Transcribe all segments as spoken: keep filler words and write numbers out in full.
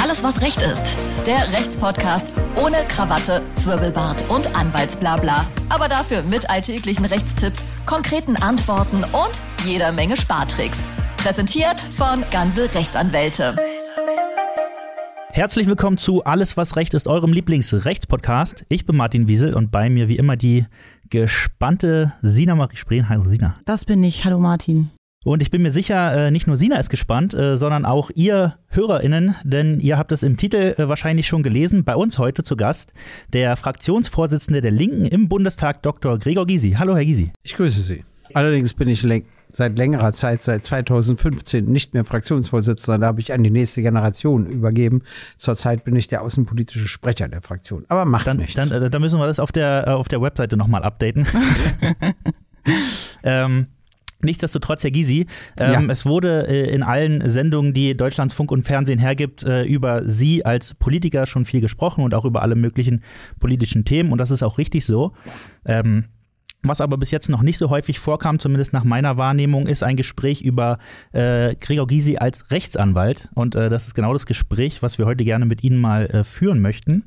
Alles, was Recht ist. Der Rechtspodcast ohne Krawatte, Zwirbelbart und Anwaltsblabla. Aber dafür mit alltäglichen Rechtstipps, konkreten Antworten und jeder Menge Spartricks. Präsentiert von Ganze Rechtsanwälte. Herzlich willkommen zu Alles, was Recht ist, eurem Lieblingsrechtspodcast. Ich bin Martin Wiesel und bei mir wie immer die gespannte Sina Marie Spreen. Hallo Sina. Das bin ich. Hallo Martin. Und ich bin mir sicher, nicht nur Sina ist gespannt, sondern auch ihr HörerInnen, denn ihr habt es im Titel wahrscheinlich schon gelesen. Bei uns heute zu Gast der Fraktionsvorsitzende der Linken im Bundestag, Doktor Gregor Gysi. Hallo, Herr Gysi. Ich grüße Sie. Allerdings bin ich le- seit längerer Zeit, seit zweitausendfünfzehn, nicht mehr Fraktionsvorsitzender. Da habe ich an die nächste Generation übergeben. Zurzeit bin ich der außenpolitische Sprecher der Fraktion. Aber macht dann, nichts. Dann, dann müssen wir das auf der, auf der Webseite nochmal updaten. ähm, Nichtsdestotrotz, Herr Gysi, ähm, ja. es wurde äh, in allen Sendungen, die Deutschlands Funk und Fernsehen hergibt, äh, über Sie als Politiker schon viel gesprochen und auch über alle möglichen politischen Themen. Und das ist auch richtig so. Ähm, was aber bis jetzt noch nicht so häufig vorkam, zumindest nach meiner Wahrnehmung, ist ein Gespräch über äh, Gregor Gysi als Rechtsanwalt. Und äh, das ist genau das Gespräch, was wir heute gerne mit Ihnen mal äh, führen möchten.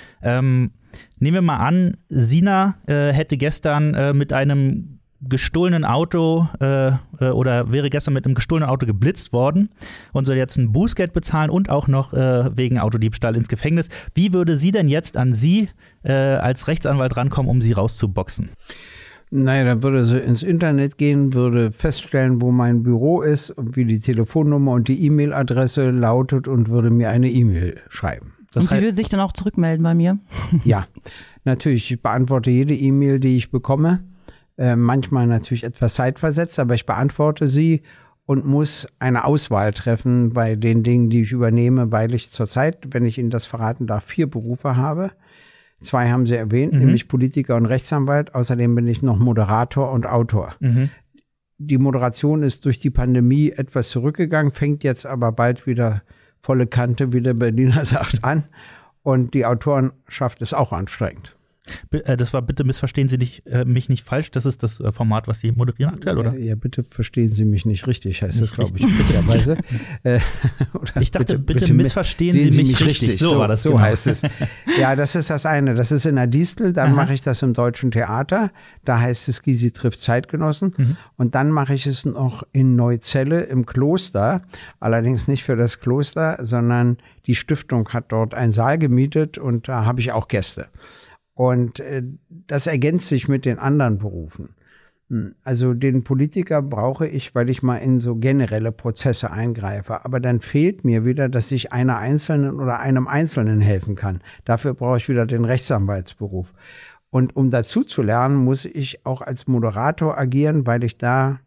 Ähm, nehmen wir mal an, Sina äh, hätte gestern äh, mit einem gestohlenen Auto äh, oder wäre gestern mit einem gestohlenen Auto geblitzt worden und soll jetzt ein Bußgeld bezahlen und auch noch äh, wegen Autodiebstahl ins Gefängnis. Wie würde sie denn jetzt an Sie äh, als Rechtsanwalt rankommen, um Sie rauszuboxen? Naja, dann würde sie ins Internet gehen, würde feststellen, wo mein Büro ist und wie die Telefonnummer und die E-Mail-Adresse lautet und würde mir eine E-Mail schreiben. Das und sie würde sich dann auch zurückmelden bei mir? Ja, natürlich. Ich beantworte jede E-Mail, die ich bekomme. Äh, manchmal natürlich etwas zeitversetzt, aber ich beantworte sie und muss eine Auswahl treffen bei den Dingen, die ich übernehme, weil ich zurzeit, wenn ich Ihnen das verraten darf, vier Berufe habe. Zwei haben Sie erwähnt, mhm. nämlich Politiker und Rechtsanwalt. Außerdem bin ich noch Moderator und Autor. Mhm. Die Moderation ist durch die Pandemie etwas zurückgegangen, fängt jetzt aber bald wieder volle Kante, wie der Berliner sagt, an. Und die Autorenschaft ist auch anstrengend. Das war, bitte missverstehen Sie nicht, äh, mich nicht falsch, das ist das äh, Format, was Sie moderieren aktuell, oder? Ja, ja, bitte verstehen Sie mich nicht richtig, heißt nicht das, glaube ich, möglicherweise. äh, ich dachte, bitte, bitte, bitte missverstehen Sie, Sie mich, mich richtig. richtig. So, so war das, so genau. heißt es. Ja, das ist das eine. Das ist in der Distel, dann mache ich das im Deutschen Theater, da heißt es Gysi trifft Zeitgenossen. Mhm. Und dann mache ich es noch in Neuzelle im Kloster, allerdings nicht für das Kloster, sondern die Stiftung hat dort einen Saal gemietet und da habe ich auch Gäste. Und äh, das ergänzt sich mit den anderen Berufen. Also den Politiker brauche ich, weil ich mal in so generelle Prozesse eingreife. Aber dann fehlt mir wieder, dass ich einer Einzelnen oder einem Einzelnen helfen kann. Dafür brauche ich wieder den Rechtsanwaltsberuf. Und um dazu zu lernen, muss ich auch als Moderator agieren, weil ich da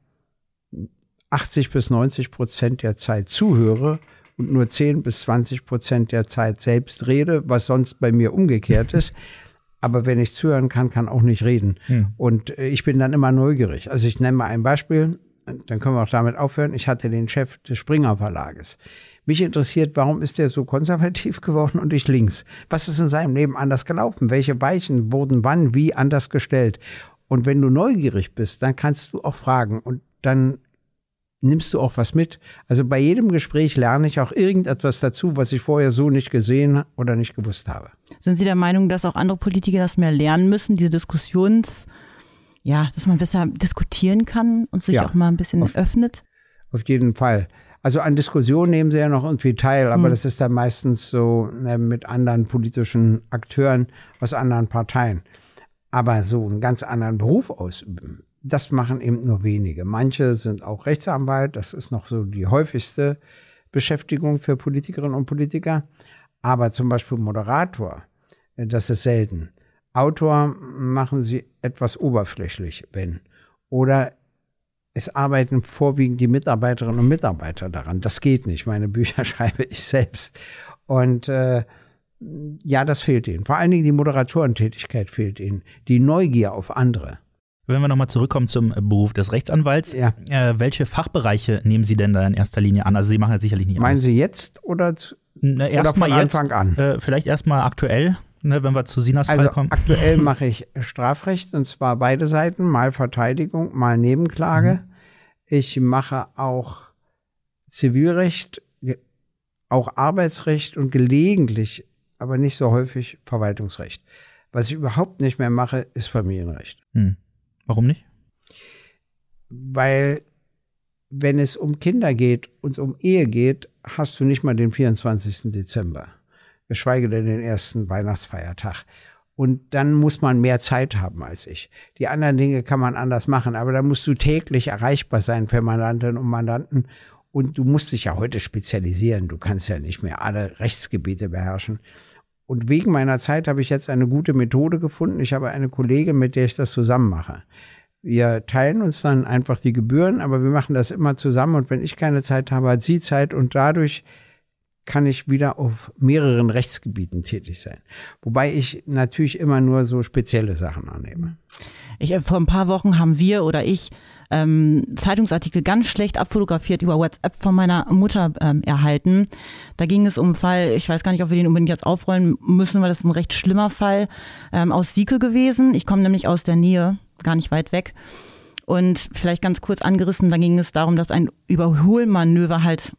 achtzig bis neunzig Prozent der Zeit zuhöre und nur zehn bis zwanzig Prozent der Zeit selbst rede, was sonst bei mir umgekehrt ist. Aber wenn ich zuhören kann, kann auch nicht reden. Hm. Und äh, ich bin dann immer neugierig. Also ich nenne mal ein Beispiel, dann können wir auch damit aufhören. Ich hatte den Chef des Springer Verlages. Mich interessiert, warum ist der so konservativ geworden und ich links? Was ist in seinem Leben anders gelaufen? Welche Weichen wurden wann, wie anders gestellt? Und wenn du neugierig bist, dann kannst du auch fragen und dann nimmst du auch was mit. Also bei jedem Gespräch lerne ich auch irgendetwas dazu, was ich vorher so nicht gesehen oder nicht gewusst habe. Sind Sie der Meinung, dass auch andere Politiker das mehr lernen müssen, diese Diskussions, ja, dass man besser diskutieren kann und sich ja, auch mal ein bisschen auf, öffnet? Auf jeden Fall. Also an Diskussionen nehmen Sie ja noch irgendwie teil, aber hm. das ist dann meistens so ne, mit anderen politischen Akteuren aus anderen Parteien. Aber so einen ganz anderen Beruf ausüben, das machen eben nur wenige. Manche sind auch Rechtsanwalt, das ist noch so die häufigste Beschäftigung für Politikerinnen und Politiker. Aber zum Beispiel Moderator, das ist selten. Autor machen sie etwas oberflächlich, wenn. Oder es arbeiten vorwiegend die Mitarbeiterinnen und Mitarbeiter daran. Das geht nicht. Meine Bücher schreibe ich selbst. Und äh, ja, das fehlt ihnen. Vor allen Dingen die Moderatorentätigkeit fehlt ihnen. Die Neugier auf andere. Wenn wir nochmal zurückkommen zum Beruf des Rechtsanwalts, ja. äh, welche Fachbereiche nehmen Sie denn da in erster Linie an? Also Sie machen ja sicherlich nicht Meinen alles. Sie jetzt oder, zu, Na, erst oder von mal jetzt, Anfang an? Äh, vielleicht erstmal aktuell, ne, wenn wir zu Sinas also Fall kommen. Aktuell mache ich Strafrecht und zwar beide Seiten, mal Verteidigung, mal Nebenklage. Mhm. Ich mache auch Zivilrecht, auch Arbeitsrecht und gelegentlich, aber nicht so häufig Verwaltungsrecht. Was ich überhaupt nicht mehr mache, ist Familienrecht. Hm. Warum nicht? Weil wenn es um Kinder geht und um Ehe geht, hast du nicht mal den vierundzwanzigsten Dezember. Geschweige denn den ersten Weihnachtsfeiertag. Und dann muss man mehr Zeit haben als ich. Die anderen Dinge kann man anders machen, aber da musst du täglich erreichbar sein für Mandantinnen und Mandanten. Und du musst dich ja heute spezialisieren. Du kannst ja nicht mehr alle Rechtsgebiete beherrschen. Und wegen meiner Zeit habe ich jetzt eine gute Methode gefunden. Ich habe eine Kollegin, mit der ich das zusammen mache. Wir teilen uns dann einfach die Gebühren, aber wir machen das immer zusammen. Und wenn ich keine Zeit habe, hat sie Zeit. Und dadurch kann ich wieder auf mehreren Rechtsgebieten tätig sein. Wobei ich natürlich immer nur so spezielle Sachen annehme. Ich, vor ein paar Wochen haben wir oder ich ähm, Zeitungsartikel ganz schlecht abfotografiert über WhatsApp von meiner Mutter ähm, erhalten. Da ging es um einen Fall, ich weiß gar nicht, ob wir den unbedingt jetzt aufrollen müssen, weil das ist ein recht schlimmer Fall ähm, aus Sieke gewesen. Ich komme nämlich aus der Nähe, gar nicht weit weg. Und vielleicht ganz kurz angerissen, da ging es darum, dass ein Überholmanöver halt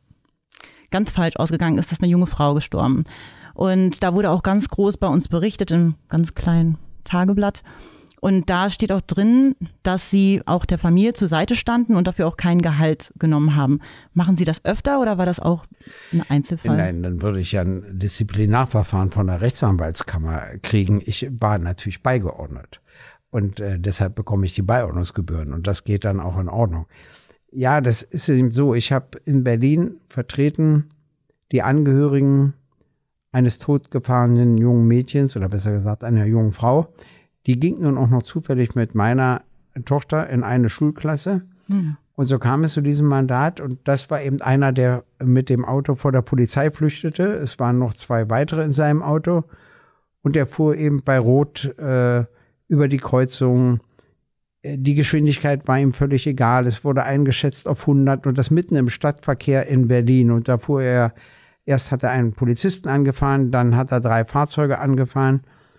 ganz falsch ausgegangen ist, dass eine junge Frau gestorben. Und da wurde auch ganz groß bei uns berichtet, im ganz kleinen Tageblatt. Und da steht auch drin, dass Sie auch der Familie zur Seite standen und dafür auch kein Gehalt genommen haben. Machen Sie das öfter oder war das auch ein Einzelfall? Nein, dann würde ich ja ein Disziplinarverfahren von der Rechtsanwaltskammer kriegen. Ich war natürlich beigeordnet und äh, deshalb bekomme ich die Beiordnungsgebühren und das geht dann auch in Ordnung. Ja, das ist eben so. Ich habe in Berlin vertreten die Angehörigen eines totgefahrenen jungen Mädchens oder besser gesagt einer jungen Frau. Die ging nun auch noch zufällig mit meiner Tochter in eine Schulklasse. Mhm. Und so kam es zu diesem Mandat. Und das war eben einer, der mit dem Auto vor der Polizei flüchtete. Es waren noch zwei weitere in seinem Auto. Und der fuhr eben bei Rot äh, über die Kreuzung. Die Geschwindigkeit war ihm völlig egal. Es wurde eingeschätzt auf hundert und das mitten im Stadtverkehr in Berlin. Und da fuhr er, erst hat er einen Polizisten angefahren, dann hat er drei Fahrzeuge angefahren.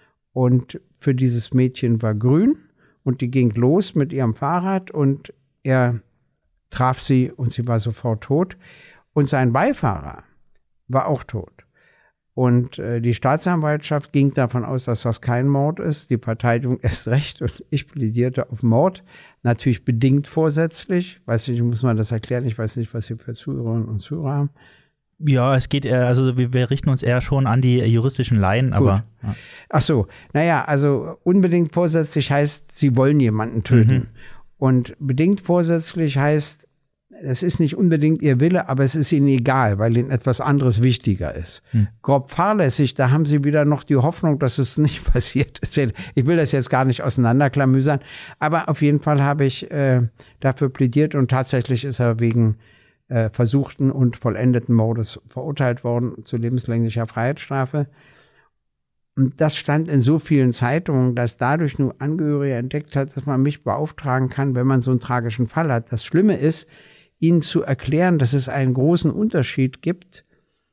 Und für dieses Mädchen war grün und die ging los mit ihrem Fahrrad und er traf sie und sie war sofort tot. Und sein Beifahrer war auch tot. Und äh, die Staatsanwaltschaft ging davon aus, dass das kein Mord ist, die Verteidigung erst recht und ich plädierte auf Mord, natürlich bedingt vorsätzlich. Weiß nicht, muss man das erklären, ich weiß nicht, was Sie für Zuhörerinnen und Zuhörer haben. Ja, es geht eher, also wir, wir richten uns eher schon an die juristischen Laien, aber. Ja. Ach so, naja, also unbedingt vorsätzlich heißt, Sie wollen jemanden töten. Mhm. Und bedingt vorsätzlich heißt, es ist nicht unbedingt Ihr Wille, aber es ist Ihnen egal, weil Ihnen etwas anderes wichtiger ist. Mhm. Grob fahrlässig, da haben Sie wieder noch die Hoffnung, dass es nicht passiert ist. Ich will das jetzt gar nicht auseinanderklamüsern, aber auf jeden Fall habe ich äh, dafür plädiert und tatsächlich ist er wegen Äh, versuchten und vollendeten Mordes verurteilt worden zu lebenslänglicher Freiheitsstrafe. Und das stand in so vielen Zeitungen, dass dadurch nur Angehörige entdeckt hat, dass man mich beauftragen kann, wenn man so einen tragischen Fall hat. Das Schlimme ist, ihnen zu erklären, dass es einen großen Unterschied gibt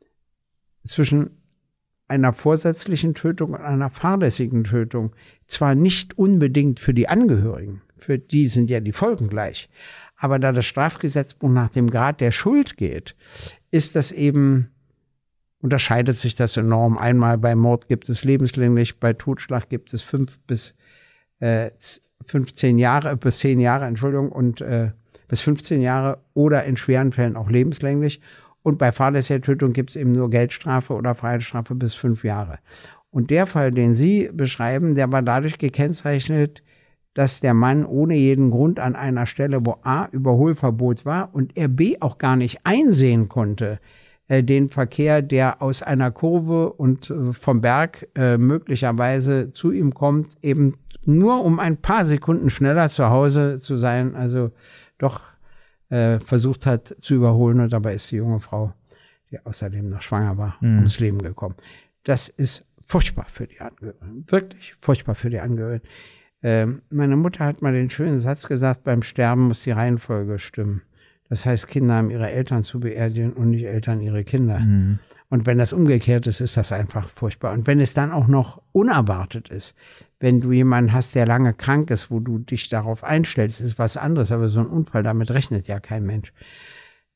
zwischen einer vorsätzlichen Tötung und einer fahrlässigen Tötung. Zwar nicht unbedingt für die Angehörigen, für die sind ja die Folgen gleich, aber da das Strafgesetzbuch nach dem Grad der Schuld geht, ist das eben, unterscheidet sich das enorm. Einmal bei Mord gibt es lebenslänglich, bei Totschlag gibt es fünf bis äh, fünfzehn Jahre, bis zehn Jahre, Entschuldigung, und äh, bis fünfzehn Jahre oder in schweren Fällen auch lebenslänglich. Und bei fahrlässiger Tötung gibt es eben nur Geldstrafe oder Freiheitsstrafe bis fünf Jahre. Und der Fall, den Sie beschreiben, der war dadurch gekennzeichnet, dass der Mann ohne jeden Grund an einer Stelle, wo A, Überholverbot war und er B, auch gar nicht einsehen konnte, äh, den Verkehr, der aus einer Kurve und äh, vom Berg äh, möglicherweise zu ihm kommt, eben nur um ein paar Sekunden schneller zu Hause zu sein, also doch äh, versucht hat zu überholen und dabei ist die junge Frau, die außerdem noch schwanger war, mhm. ums Leben gekommen. Das ist furchtbar für die Angehörigen, wirklich furchtbar für die Angehörigen. Ähm, meine Mutter hat mal den schönen Satz gesagt, beim Sterben muss die Reihenfolge stimmen. Das heißt, Kinder haben ihre Eltern zu beerdigen und nicht Eltern ihre Kinder. Mhm. Und wenn das umgekehrt ist, ist das einfach furchtbar. Und wenn es dann auch noch unerwartet ist, wenn du jemanden hast, der lange krank ist, wo du dich darauf einstellst, ist was anderes. Aber so ein Unfall, damit rechnet ja kein Mensch.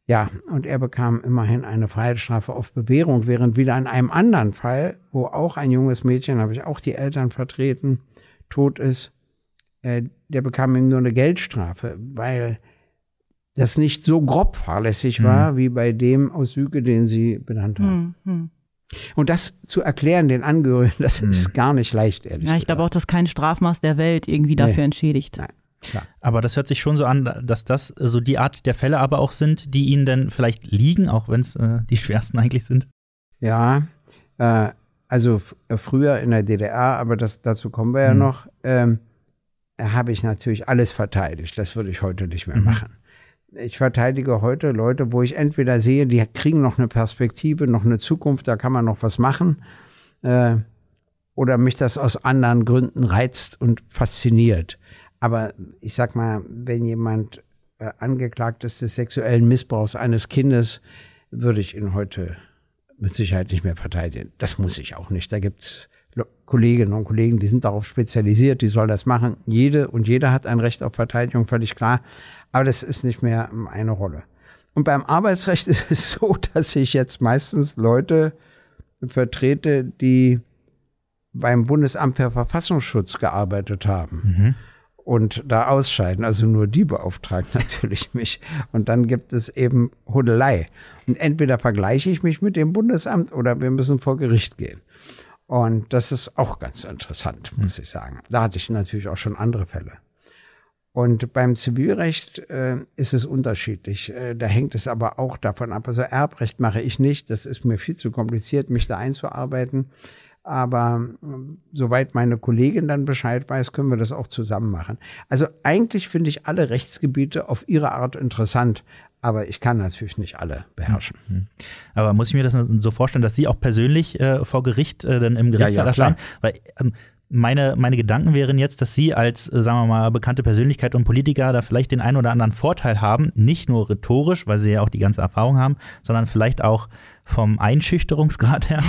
Ja, und er bekam immerhin eine Freiheitsstrafe auf Bewährung, während wieder in einem anderen Fall, wo auch ein junges Mädchen, habe ich auch die Eltern vertreten, tot ist, äh, der bekam ihm nur eine Geldstrafe, weil das nicht so grob fahrlässig mhm. war, wie bei dem aus Süge, den Sie benannt haben. Mhm. Und das zu erklären den Angehörigen, das mhm. ist gar nicht leicht, ehrlich gesagt. Ja, ich glaube auch, dass kein Strafmaß der Welt irgendwie dafür nee. entschädigt. Nein. Klar. Aber das hört sich schon so an, dass das so die Art der Fälle aber auch sind, die Ihnen denn vielleicht liegen, auch wenn es äh, die schwersten eigentlich sind. Ja, äh, also f- früher in der D D R, aber das, dazu kommen wir ja mhm. noch, ähm, habe ich natürlich alles verteidigt. Das würde ich heute nicht mehr mhm. machen. Ich verteidige heute Leute, wo ich entweder sehe, die kriegen noch eine Perspektive, noch eine Zukunft, da kann man noch was machen, äh, oder mich das aus anderen Gründen reizt und fasziniert. Aber ich sag mal, wenn jemand äh, angeklagt ist des sexuellen Missbrauchs eines Kindes, würde ich ihn heute mit Sicherheit nicht mehr verteidigen. Das muss ich auch nicht. Da gibt's Kolleginnen und Kollegen, die sind darauf spezialisiert, die sollen das machen. Jede und jeder hat ein Recht auf Verteidigung, völlig klar. Aber das ist nicht mehr eine Rolle. Und beim Arbeitsrecht ist es so, dass ich jetzt meistens Leute vertrete, die beim Bundesamt für Verfassungsschutz gearbeitet haben. Mhm. Und da ausscheiden, also nur die beauftragen natürlich mich. Und dann gibt es eben Hudelei. Und entweder vergleiche ich mich mit dem Bundesamt oder wir müssen vor Gericht gehen. Und das ist auch ganz interessant, muss ich sagen. Da hatte ich natürlich auch schon andere Fälle. Und beim Zivilrecht äh, ist es unterschiedlich. Äh, da hängt es aber auch davon ab. Also Erbrecht mache ich nicht. Das ist mir viel zu kompliziert, mich da einzuarbeiten. Aber soweit meine Kollegin dann Bescheid weiß, können wir das auch zusammen machen. Also eigentlich finde ich alle Rechtsgebiete auf ihre Art interessant, aber ich kann natürlich nicht alle beherrschen. Mhm. Aber muss ich mir das so vorstellen, dass Sie auch persönlich äh, vor Gericht äh, dann im Gerichtssaal ja, ja, erscheinen? Weil ähm, meine, meine Gedanken wären jetzt, dass Sie als, äh, sagen wir mal, bekannte Persönlichkeit und Politiker da vielleicht den einen oder anderen Vorteil haben, nicht nur rhetorisch, weil Sie ja auch die ganze Erfahrung haben, sondern vielleicht auch vom Einschüchterungsgrad her.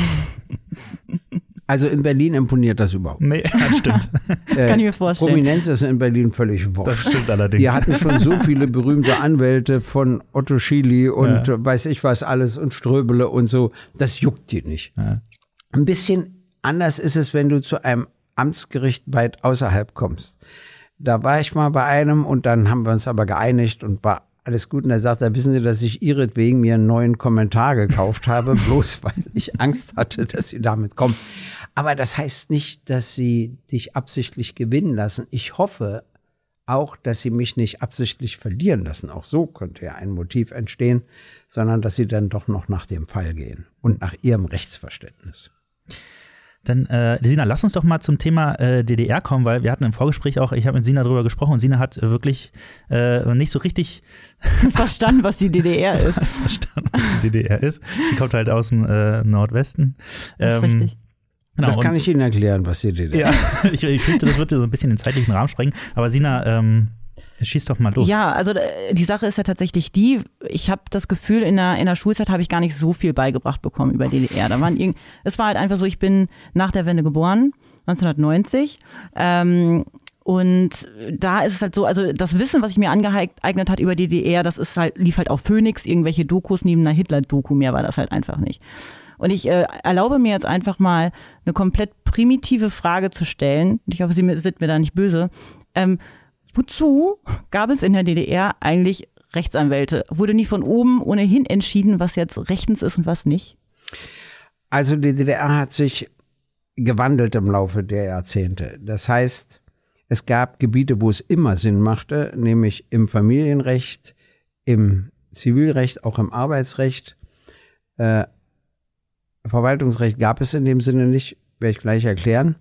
Also in Berlin imponiert das überhaupt nicht. Nee, das stimmt. Das kann ich mir vorstellen. Prominenz ist in Berlin völlig wurscht. Das stimmt allerdings. Die hatten schon so viele berühmte Anwälte von Otto Schily und ja. weiß ich was alles und Ströbele und so. Das juckt die nicht. Ja. Ein bisschen anders ist es, wenn du zu einem Amtsgericht weit außerhalb kommst. Da war ich mal bei einem und dann haben wir uns aber geeinigt und war alles gut. Und er sagt, da wissen Sie, dass ich ihretwegen mir einen neuen Kommentar gekauft habe, bloß weil ich Angst hatte, dass Sie damit kommen. Aber das heißt nicht, dass Sie dich absichtlich gewinnen lassen. Ich hoffe auch, dass Sie mich nicht absichtlich verlieren lassen. Auch so könnte ja ein Motiv entstehen, sondern dass Sie dann doch noch nach dem Fall gehen und nach Ihrem Rechtsverständnis. Dann, äh, Sina, lass uns doch mal zum Thema äh, D D R kommen, weil wir hatten im Vorgespräch auch, ich habe mit Sina drüber gesprochen und Sina hat wirklich äh, nicht so richtig verstanden, was die D D R ist. verstanden, was die D D R ist. Die kommt halt aus dem äh, Nordwesten. Das ist ähm, richtig. Genau, das kann ich Ihnen erklären, was die D D R ist. Ja, ich, ich finde, das wird so ein bisschen den zeitlichen Rahmen sprengen. Aber Sina, ähm, schieß doch mal los. Ja, also die Sache ist ja tatsächlich die, ich habe das Gefühl, in der, in der Schulzeit habe ich gar nicht so viel beigebracht bekommen über D D R. Da waren irgend, es war halt einfach so, ich bin nach der Wende geboren, neunzehnhundertneunzig. Ähm, und da ist es halt so, also das Wissen, was ich mir angeeignet hat über D D R, das ist halt, lief halt auf Phoenix, irgendwelche Dokus neben einer Hitler-Doku, mehr war das halt einfach nicht. Und ich äh, erlaube mir jetzt einfach mal eine komplett primitive Frage zu stellen. Ich hoffe, Sie sind mir da nicht böse. Ähm, wozu gab es in der D D R eigentlich Rechtsanwälte? Wurde nie von oben ohnehin entschieden, was jetzt rechtens ist und was nicht? Also die D D R hat sich gewandelt im Laufe der Jahrzehnte. Das heißt, es gab Gebiete, wo es immer Sinn machte, nämlich im Familienrecht, im Zivilrecht, auch im Arbeitsrecht. Äh, Verwaltungsrecht gab es in dem Sinne nicht, werde ich gleich erklären.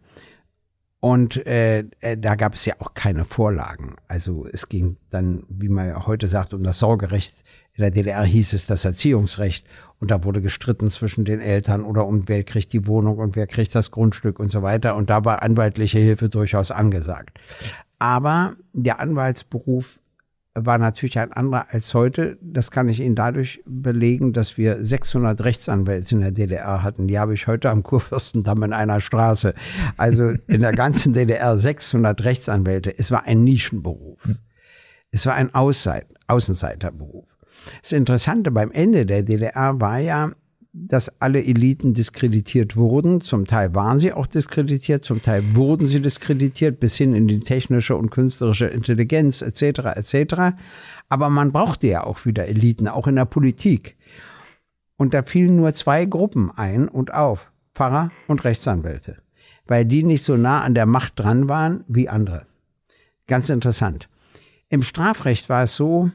Und äh, da gab es ja auch keine Vorlagen. Also es ging dann, wie man ja heute sagt, um das Sorgerecht. In der D D R hieß es das Erziehungsrecht. Und da wurde gestritten zwischen den Eltern oder um wer kriegt die Wohnung und wer kriegt das Grundstück und so weiter. Und da war anwaltliche Hilfe durchaus angesagt. Aber der Anwaltsberuf war natürlich ein anderer als heute. Das kann ich Ihnen dadurch belegen, dass wir sechshundert Rechtsanwälte in der D D R hatten. Die habe ich heute am Kurfürstendamm in einer Straße. Also in der ganzen D D R sechshundert Rechtsanwälte. Es war ein Nischenberuf. Es war ein Außenseiterberuf. Das Interessante beim Ende der D D R war ja, dass alle Eliten diskreditiert wurden. Zum Teil waren sie auch diskreditiert, zum Teil wurden sie diskreditiert, bis hin in die technische und künstlerische Intelligenz et cetera et cetera. Aber man brauchte ja auch wieder Eliten, auch in der Politik. Und da fielen nur zwei Gruppen ein und auf, Pfarrer und Rechtsanwälte, weil die nicht so nah an der Macht dran waren wie andere. Ganz interessant. Im Strafrecht war es so,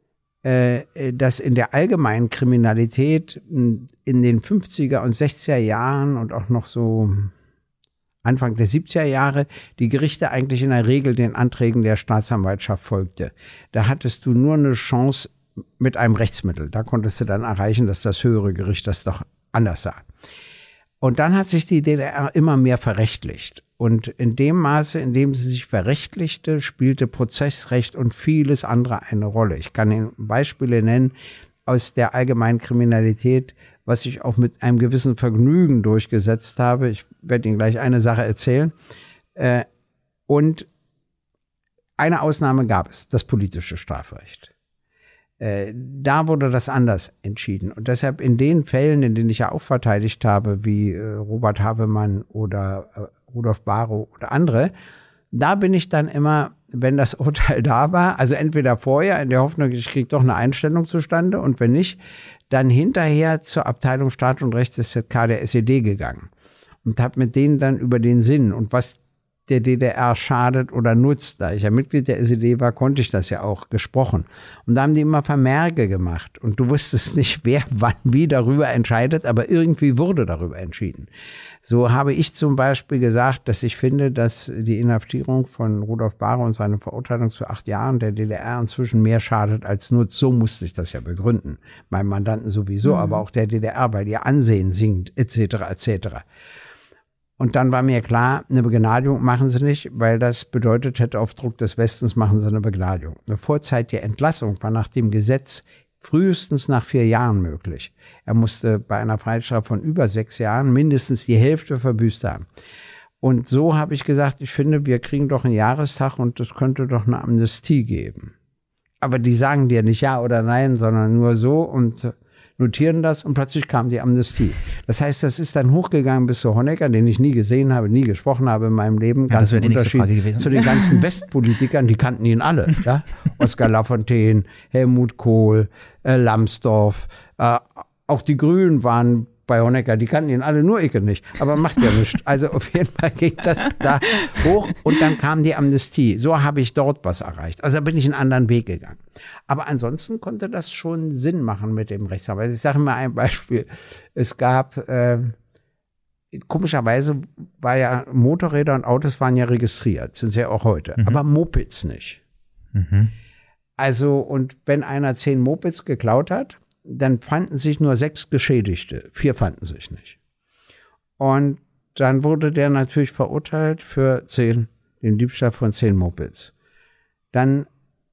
dass in der allgemeinen Kriminalität in den fünfziger und sechziger Jahren und auch noch so Anfang der siebziger Jahre die Gerichte eigentlich in der Regel den Anträgen der Staatsanwaltschaft folgte. Da hattest du nur eine Chance mit einem Rechtsmittel. Da konntest du dann erreichen, dass das höhere Gericht das doch anders sah. Und dann hat sich die D D R immer mehr verrechtlicht. Und in dem Maße, in dem sie sich verrechtlichte, spielte Prozessrecht und vieles andere eine Rolle. Ich kann Ihnen Beispiele nennen aus der allgemeinen Kriminalität, was ich auch mit einem gewissen Vergnügen durchgesetzt habe. Ich werde Ihnen gleich eine Sache erzählen. Und eine Ausnahme gab es, das politische Strafrecht. Da wurde das anders entschieden. Und deshalb in den Fällen, in denen ich ja auch verteidigt habe, wie Robert Havemann oder Rudolf Barrow oder andere, da bin ich dann immer, wenn das Urteil da war, also entweder vorher in der Hoffnung, ich kriege doch eine Einstellung zustande und wenn nicht, dann hinterher zur Abteilung Staat und Recht des Z K der S E D gegangen und habe mit denen dann über den Sinn und was der D D R schadet oder nutzt. Da ich ja Mitglied der S E D war, konnte ich das ja auch gesprochen. Und da haben die immer Vermerke gemacht. Und du wusstest nicht, wer wann wie darüber entscheidet, aber irgendwie wurde darüber entschieden. So habe ich zum Beispiel gesagt, dass ich finde, dass die Inhaftierung von Rudolf Barrow und seine Verurteilung zu acht Jahren der D D R inzwischen mehr schadet als nutzt. So musste ich das ja begründen. Meinem Mandanten sowieso, mhm. aber auch der D D R, weil ihr Ansehen sinkt, et cetera et cetera. Und dann war mir klar, eine Begnadigung machen sie nicht, weil das bedeutet hätte, auf Druck des Westens machen sie eine Begnadigung. Eine vorzeitige Entlassung war nach dem Gesetz frühestens nach vier Jahren möglich. Er musste bei einer Freiheitsstrafe von über sechs Jahren mindestens die Hälfte verbüßt haben. Und so habe ich gesagt, ich finde, wir kriegen doch einen Jahrestag und es könnte doch eine Amnestie geben. Aber die sagen dir nicht ja oder nein, sondern nur so und notieren das und plötzlich kam die Amnestie. Das heißt, das ist dann hochgegangen bis zu Honecker, den ich nie gesehen habe, nie gesprochen habe in meinem Leben. Ja, das wäre die nächste Frage gewesen. Zu den ganzen Westpolitikern, die kannten ihn alle. Ja? Oskar Lafontaine, Helmut Kohl, äh, Lambsdorff, äh, auch die Grünen waren bei Honecker, die kannten ihn alle, nur ich nicht. Aber macht ja nichts. Also auf jeden Fall ging das da hoch und dann kam die Amnestie. So habe ich dort was erreicht. Also da bin ich einen anderen Weg gegangen. Aber ansonsten konnte das schon Sinn machen mit dem Rechtsanwalt. Also ich sage mal ein Beispiel. Es gab, äh, komischerweise war ja, Motorräder und Autos waren ja registriert, sind sie ja auch heute. Mhm. Aber Mopeds nicht. Mhm. Also und wenn einer zehn Mopeds geklaut hat, dann fanden sich nur sechs Geschädigte. Vier fanden sich nicht. Und dann wurde der natürlich verurteilt für zehn, den Diebstahl von zehn Mopeds. Dann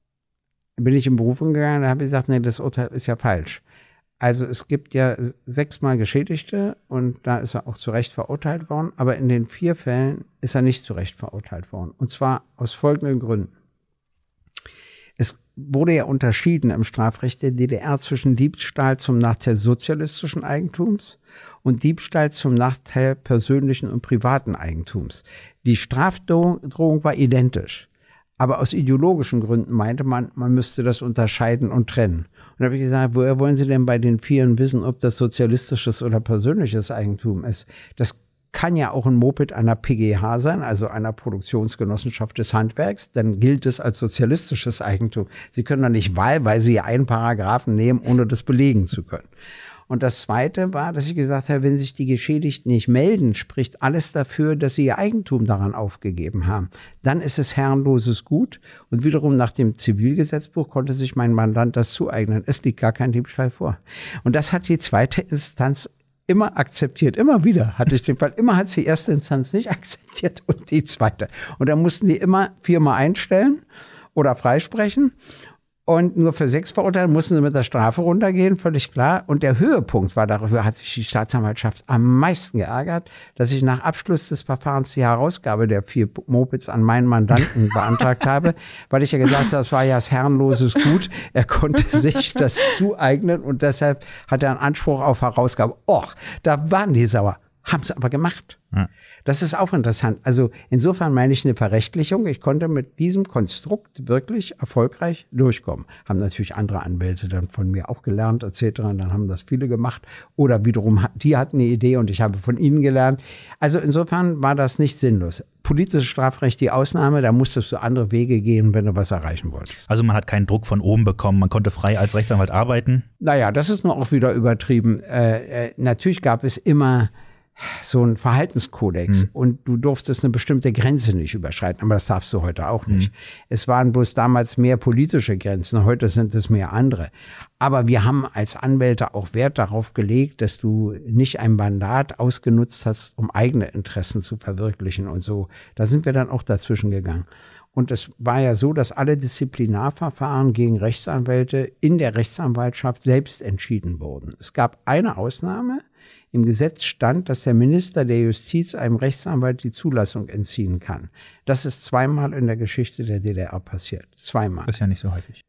bin ich in Berufung gegangen, da habe ich gesagt, nee, das Urteil ist ja falsch. Also es gibt ja sechsmal Geschädigte und da ist er auch zu Recht verurteilt worden, aber in den vier Fällen ist er nicht zu Recht verurteilt worden. Und zwar aus folgenden Gründen. Es wurde ja unterschieden im Strafrecht der D D R zwischen Diebstahl zum Nachteil sozialistischen Eigentums und Diebstahl zum Nachteil persönlichen und privaten Eigentums. Die Strafdrohung war identisch, aber aus ideologischen Gründen meinte man, man müsste das unterscheiden und trennen. Und da habe ich gesagt, woher wollen Sie denn bei den Vieren wissen, ob das sozialistisches oder persönliches Eigentum ist? Das kann ja auch ein Moped einer P G H sein, also einer Produktionsgenossenschaft des Handwerks, dann gilt es als sozialistisches Eigentum. Sie können doch nicht wahlweise einen Paragraphen nehmen, ohne das belegen zu können. Und das Zweite war, dass ich gesagt habe, wenn sich die Geschädigten nicht melden, spricht alles dafür, dass sie ihr Eigentum daran aufgegeben haben. Dann ist es herrenloses Gut und wiederum nach dem Zivilgesetzbuch konnte sich mein Mandant das zueignen. Es liegt gar kein Diebstahl vor. Und das hat die zweite Instanz immer akzeptiert, immer wieder hatte ich den Fall, immer hat die erste Instanz nicht akzeptiert und die zweite. Und da mussten die immer viermal einstellen oder freisprechen. Und nur für sechs verurteilt, mussten sie mit der Strafe runtergehen, völlig klar. Und der Höhepunkt war, darüber hat sich die Staatsanwaltschaft am meisten geärgert, dass ich nach Abschluss des Verfahrens die Herausgabe der vier Mopeds an meinen Mandanten beantragt habe, weil ich ja gesagt habe, das war ja das herrenloses Gut. Er konnte sich das zueignen und deshalb hat er einen Anspruch auf Herausgabe. Och, da waren die sauer, haben es aber gemacht. Ja. Das ist auch interessant. Also insofern meine ich eine Verrechtlichung. Ich konnte mit diesem Konstrukt wirklich erfolgreich durchkommen. Haben natürlich andere Anwälte dann von mir auch gelernt et cetera. Und dann haben das viele gemacht. Oder wiederum, die hatten eine Idee und ich habe von ihnen gelernt. Also insofern war das nicht sinnlos. Politisches Strafrecht die Ausnahme, da musstest du andere Wege gehen, wenn du was erreichen wolltest. Also man hat keinen Druck von oben bekommen, man konnte frei als Rechtsanwalt arbeiten? Naja, das ist nur auch wieder übertrieben. Äh, äh, natürlich gab es immer so ein Verhaltenskodex mhm. und du durftest eine bestimmte Grenze nicht überschreiten, aber das darfst du heute auch nicht. Mhm. Es waren bloß damals mehr politische Grenzen, heute sind es mehr andere. Aber wir haben als Anwälte auch Wert darauf gelegt, dass du nicht ein Mandat ausgenutzt hast, um eigene Interessen zu verwirklichen und so. Da sind wir dann auch dazwischen gegangen. Und es war ja so, dass alle Disziplinarverfahren gegen Rechtsanwälte in der Rechtsanwaltschaft selbst entschieden wurden. Es gab eine Ausnahme. Im Gesetz stand, dass der Minister der Justiz einem Rechtsanwalt die Zulassung entziehen kann. Das ist zweimal in der Geschichte der D D R passiert. Zweimal. Das ist ja nicht so häufig.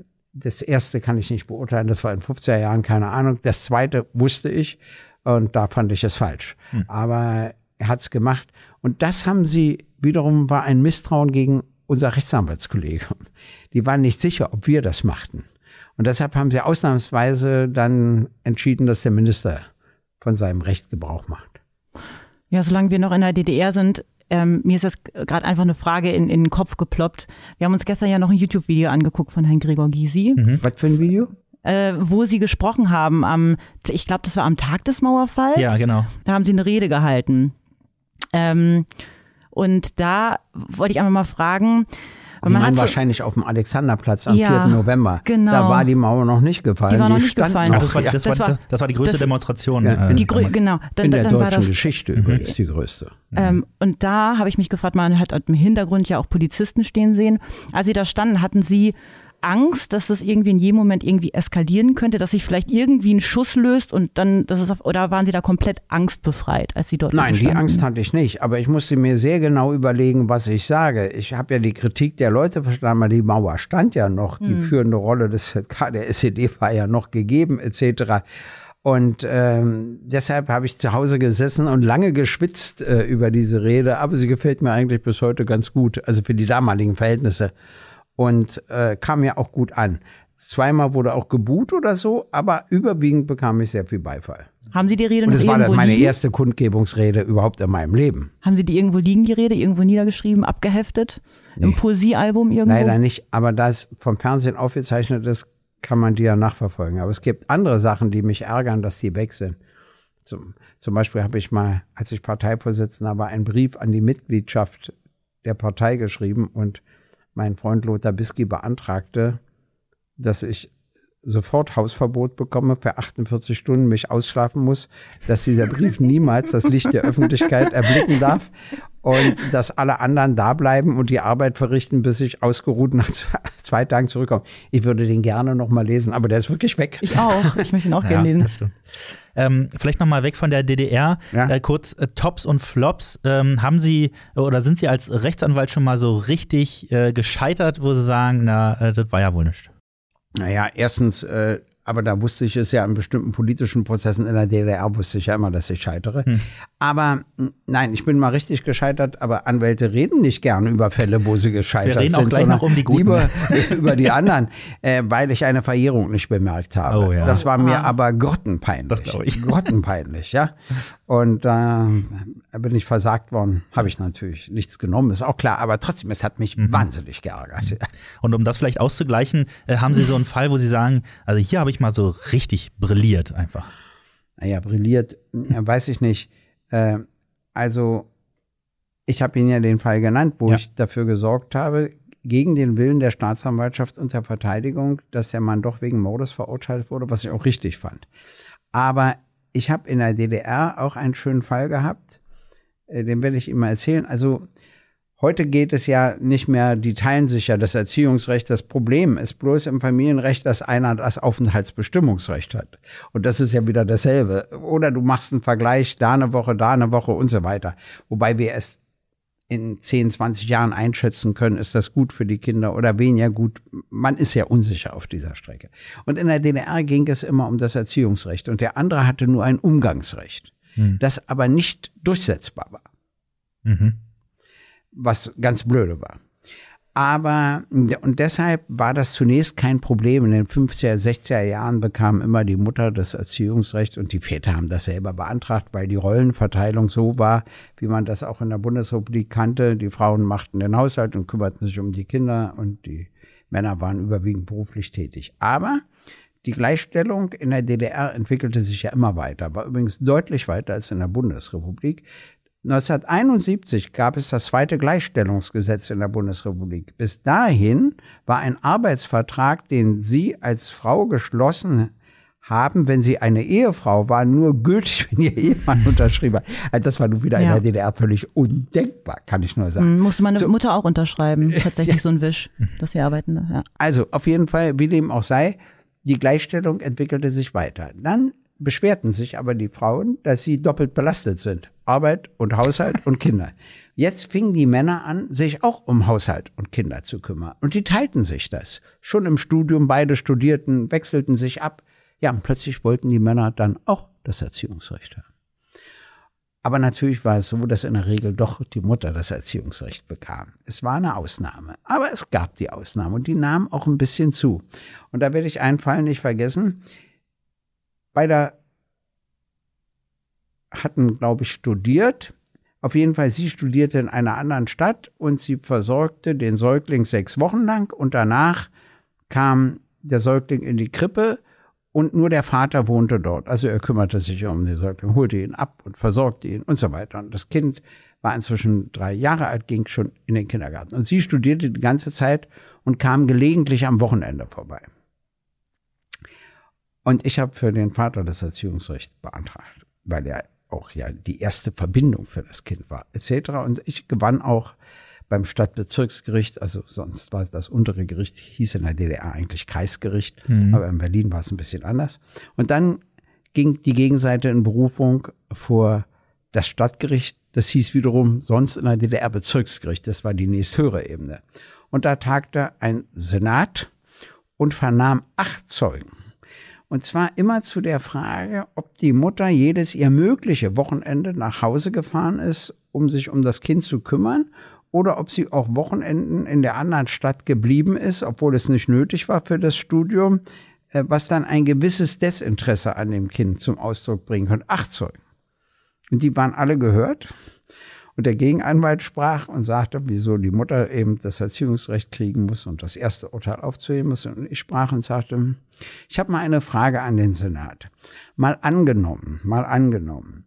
Das erste kann ich nicht beurteilen. Das war in fünfziger Jahren, keine Ahnung. Das zweite wusste ich und da fand ich es falsch. Hm. Aber er hat es gemacht. Und das haben sie, wiederum war ein Misstrauen gegen unser Rechtsanwaltskollegium. Die waren nicht sicher, ob wir das machten. Und deshalb haben sie ausnahmsweise dann entschieden, dass der Minister von seinem Recht Gebrauch macht. Ja, solange wir noch in der D D R sind, ähm, mir ist das gerade einfach eine Frage in, in den Kopf geploppt. Wir haben uns gestern ja noch ein YouTube-Video angeguckt von Herrn Gregor Gysi. Mhm. Was für ein Video? Äh, wo Sie gesprochen haben am, ich glaube, das war am Tag des Mauerfalls. Ja, genau. Da haben Sie eine Rede gehalten. Ähm, und da wollte ich einfach mal fragen, Sie waren so, wahrscheinlich auf dem Alexanderplatz am ja, vierten November. Genau. Da war die Mauer noch nicht gefallen. Die war noch nicht gefallen. Auch, das, war, das, das, war, das, das war die größte das, Demonstration. Ja, in, die grö genau. Dann, in der dann deutschen war das, Geschichte mhm. übrigens die größte. Ähm, und da habe ich mich gefragt, man hat im Hintergrund ja auch Polizisten stehen sehen. Als Sie da standen, hatten Sie Angst, dass das irgendwie in jedem Moment irgendwie eskalieren könnte, dass sich vielleicht irgendwie ein Schuss löst und dann, das ist auf, oder waren Sie da komplett angstbefreit, als Sie dort Nein, standen? Die Angst hatte ich nicht, aber ich musste mir sehr genau überlegen, was ich sage. Ich habe ja die Kritik der Leute verstanden, weil die Mauer stand ja noch, die hm. führende Rolle des der S E D war ja noch gegeben, et cetera. Und ähm, deshalb habe ich zu Hause gesessen und lange geschwitzt äh, über diese Rede, aber sie gefällt mir eigentlich bis heute ganz gut, also für die damaligen Verhältnisse. Und äh, kam ja auch gut an. Zweimal wurde auch geboot oder so, aber überwiegend bekam ich sehr viel Beifall. Haben Sie die Rede Und noch es war irgendwo dann meine liegen? erste Kundgebungsrede überhaupt in meinem Leben. Haben Sie die irgendwo liegen, die Rede? Irgendwo niedergeschrieben, abgeheftet? Nee. Im Poesiealbum irgendwo? Leider nicht, aber da es vom Fernsehen aufgezeichnet ist, kann man die ja nachverfolgen. Aber es gibt andere Sachen, die mich ärgern, dass die weg sind. Zum, zum Beispiel habe ich mal, als ich Parteivorsitzender war, einen Brief an die Mitgliedschaft der Partei geschrieben und mein Freund Lothar Bisky beantragte, dass ich sofort Hausverbot bekomme, für achtundvierzig Stunden mich ausschlafen muss, dass dieser Brief niemals das Licht der Öffentlichkeit erblicken darf und dass alle anderen da bleiben und die Arbeit verrichten, bis ich ausgeruht nach zwei, zwei Tagen zurückkomme. Ich würde den gerne noch mal lesen, aber der ist wirklich weg. Ich auch. Ich möchte ihn auch gerne lesen. Ähm, vielleicht noch mal weg von der D D R, ja. äh, kurz äh, Tops und Flops. Ähm, haben Sie oder sind Sie als Rechtsanwalt schon mal so richtig äh, gescheitert, wo Sie sagen, na, äh, das war ja wohl nichts? Naja, erstens, äh, aber da wusste ich es ja in bestimmten politischen Prozessen in der D D R, wusste ich ja immer, dass ich scheitere. Hm. Aber nein, ich bin mal richtig gescheitert, aber Anwälte reden nicht gerne über Fälle, wo sie gescheitert sind. Wir reden auch sind, gleich noch um die Guten. Lieber über die anderen, äh, weil ich eine Verjährung nicht bemerkt habe. Oh, ja. Das war mir ah. aber grottenpeinlich. Das glaube ich. Grottenpeinlich, ja. Und da äh, bin ich versagt worden, habe ich natürlich nichts genommen, ist auch klar, aber trotzdem, es hat mich mhm. wahnsinnig geärgert. Und um das vielleicht auszugleichen, äh, haben Sie so einen Fall, wo Sie sagen, also hier habe ich mal so richtig brilliert einfach. Naja, brilliert, weiß ich nicht. Äh, also, ich habe Ihnen ja den Fall genannt, wo ja. ich dafür gesorgt habe, gegen den Willen der Staatsanwaltschaft und der Verteidigung, dass der Mann doch wegen Mordes verurteilt wurde, was ich auch richtig fand. Aber ich habe in der D D R auch einen schönen Fall gehabt, äh, den werde ich Ihnen mal erzählen. Also Heute geht es ja nicht mehr, die teilen sich ja das Erziehungsrecht. Das Problem ist bloß im Familienrecht, dass einer das Aufenthaltsbestimmungsrecht hat. Und das ist ja wieder dasselbe. Oder du machst einen Vergleich, da eine Woche, da eine Woche und so weiter. Wobei wir es in zehn, zwanzig Jahren einschätzen können, ist das gut für die Kinder oder weniger gut. Man ist ja unsicher auf dieser Strecke. Und in der D D R ging es immer um das Erziehungsrecht. Und der andere hatte nur ein Umgangsrecht, hm. das aber nicht durchsetzbar war. Mhm. Was ganz blöde war. Aber, und deshalb war das zunächst kein Problem. In den fünfziger, sechziger Jahren bekam immer die Mutter das Erziehungsrecht und die Väter haben das selber beantragt, weil die Rollenverteilung so war, wie man das auch in der Bundesrepublik kannte. Die Frauen machten den Haushalt und kümmerten sich um die Kinder und die Männer waren überwiegend beruflich tätig. Aber die Gleichstellung in der D D R entwickelte sich ja immer weiter, war übrigens deutlich weiter als in der Bundesrepublik. neunzehnhunderteinundsiebzig gab es das zweite Gleichstellungsgesetz in der Bundesrepublik. Bis dahin war ein Arbeitsvertrag, den Sie als Frau geschlossen haben, wenn Sie eine Ehefrau waren, nur gültig, wenn Ihr Ehemann unterschrieben hat. Also das war nun wieder ja. in der D D R völlig undenkbar, kann ich nur sagen. Musste meine so, Mutter auch unterschreiben, tatsächlich ja. so ein Wisch, dass sie Arbeitende. Ja. Also auf jeden Fall, wie dem auch sei, die Gleichstellung entwickelte sich weiter. Dann beschwerten sich aber die Frauen, dass sie doppelt belastet sind. Arbeit und Haushalt und Kinder. Jetzt fingen die Männer an, sich auch um Haushalt und Kinder zu kümmern. Und die teilten sich das. Schon im Studium, beide studierten, wechselten sich ab. Ja, und plötzlich wollten die Männer dann auch das Erziehungsrecht haben. Aber natürlich war es so, dass in der Regel doch die Mutter das Erziehungsrecht bekam. Es war eine Ausnahme. Aber es gab die Ausnahme und die nahm auch ein bisschen zu. Und da werde ich einen Fall nicht vergessen. Beide hatten, glaube ich, studiert. Auf jeden Fall, sie studierte in einer anderen Stadt und sie versorgte den Säugling sechs Wochen lang und danach kam der Säugling in die Krippe und nur der Vater wohnte dort. Also er kümmerte sich um den Säugling, holte ihn ab und versorgte ihn und so weiter. Und das Kind war inzwischen drei Jahre alt, ging schon in den Kindergarten. Und sie studierte die ganze Zeit und kam gelegentlich am Wochenende vorbei. Und ich habe für den Vater das Erziehungsrecht beantragt, weil er auch ja die erste Verbindung für das Kind war, et cetera. Und ich gewann auch beim Stadtbezirksgericht, also sonst war das untere Gericht, hieß in der D D R eigentlich Kreisgericht, mhm. aber in Berlin war es ein bisschen anders. Und dann ging die Gegenseite in Berufung vor das Stadtgericht, das hieß wiederum sonst in der D D R Bezirksgericht, das war die nächsthöhere Ebene. Und da tagte ein Senat und vernahm acht Zeugen. Und zwar immer zu der Frage, ob die Mutter jedes ihr mögliche Wochenende nach Hause gefahren ist, um sich um das Kind zu kümmern, oder ob sie auch Wochenenden in der anderen Stadt geblieben ist, obwohl es nicht nötig war für das Studium, was dann ein gewisses Desinteresse an dem Kind zum Ausdruck bringen kann. Acht Zeugen. Und die waren alle gehört. Und der Gegenanwalt sprach und sagte, wieso die Mutter eben das Erziehungsrecht kriegen muss und das erste Urteil aufzuheben muss. Und ich sprach und sagte, ich habe mal eine Frage an den Senat. Mal angenommen, mal angenommen.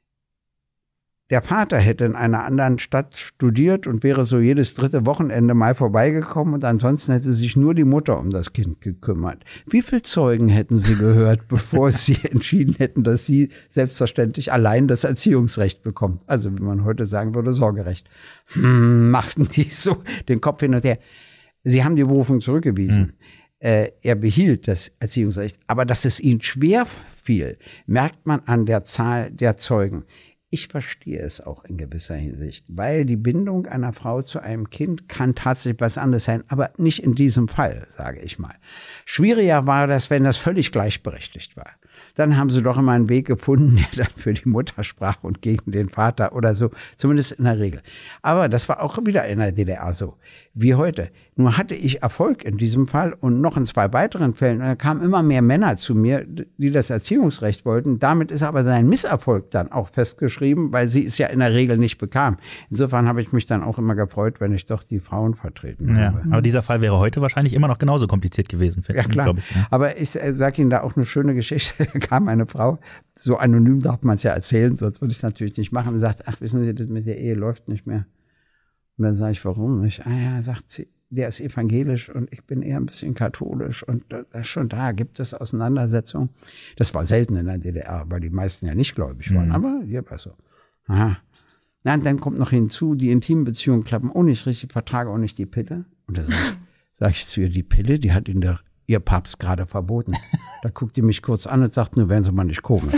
Der Vater hätte in einer anderen Stadt studiert und wäre so jedes dritte Wochenende mal vorbeigekommen und ansonsten hätte sich nur die Mutter um das Kind gekümmert. Wie viele Zeugen hätten Sie gehört, bevor Sie entschieden hätten, dass sie selbstverständlich allein das Erziehungsrecht bekommt? Also wie man heute sagen würde, Sorgerecht. Hm, machten die so den Kopf hin und her. Sie haben die Berufung zurückgewiesen. Hm. Äh, er behielt das Erziehungsrecht. Aber dass es ihnen schwer fiel, merkt man an der Zahl der Zeugen. Ich verstehe es auch in gewisser Hinsicht, weil die Bindung einer Frau zu einem Kind kann tatsächlich was anderes sein, aber nicht in diesem Fall, sage ich mal. Schwieriger war das, wenn das völlig gleichberechtigt war. Dann haben sie doch immer einen Weg gefunden, der dann für die Mutter sprach und gegen den Vater oder so, zumindest in der Regel. Aber das war auch wieder in der D D R so, wie heute. Nur hatte ich Erfolg in diesem Fall und noch in zwei weiteren Fällen. Und da kamen immer mehr Männer zu mir, die das Erziehungsrecht wollten. Damit ist aber sein Misserfolg dann auch festgeschrieben, weil sie es ja in der Regel nicht bekam. Insofern habe ich mich dann auch immer gefreut, wenn ich doch die Frauen vertreten ja, habe. Aber dieser Fall wäre heute wahrscheinlich immer noch genauso kompliziert gewesen. Ja, klar. Ich, ja. Aber ich äh, sage Ihnen da auch eine schöne Geschichte. Da kam eine Frau, so anonym darf man es ja erzählen, sonst würde ich es natürlich nicht machen, und sagt, ach, wissen Sie, das mit der Ehe läuft nicht mehr. Und dann sage ich, warum? Ich, ah ja, sagt sie, der ist evangelisch und ich bin eher ein bisschen katholisch und da, schon da gibt es Auseinandersetzungen. Das war selten in der D D R, weil die meisten ja nicht gläubig waren, mhm. aber hier war so. Aha. Na, und dann kommt noch hinzu, die intimen Beziehungen klappen auch nicht richtig, vertrage auch nicht die Pille. Und da sage ich, sag ich zu ihr, die Pille, die hat in der ihr Papst gerade verboten. Da guckt die mich kurz an und sagt, nur werden Sie mal nicht komisch.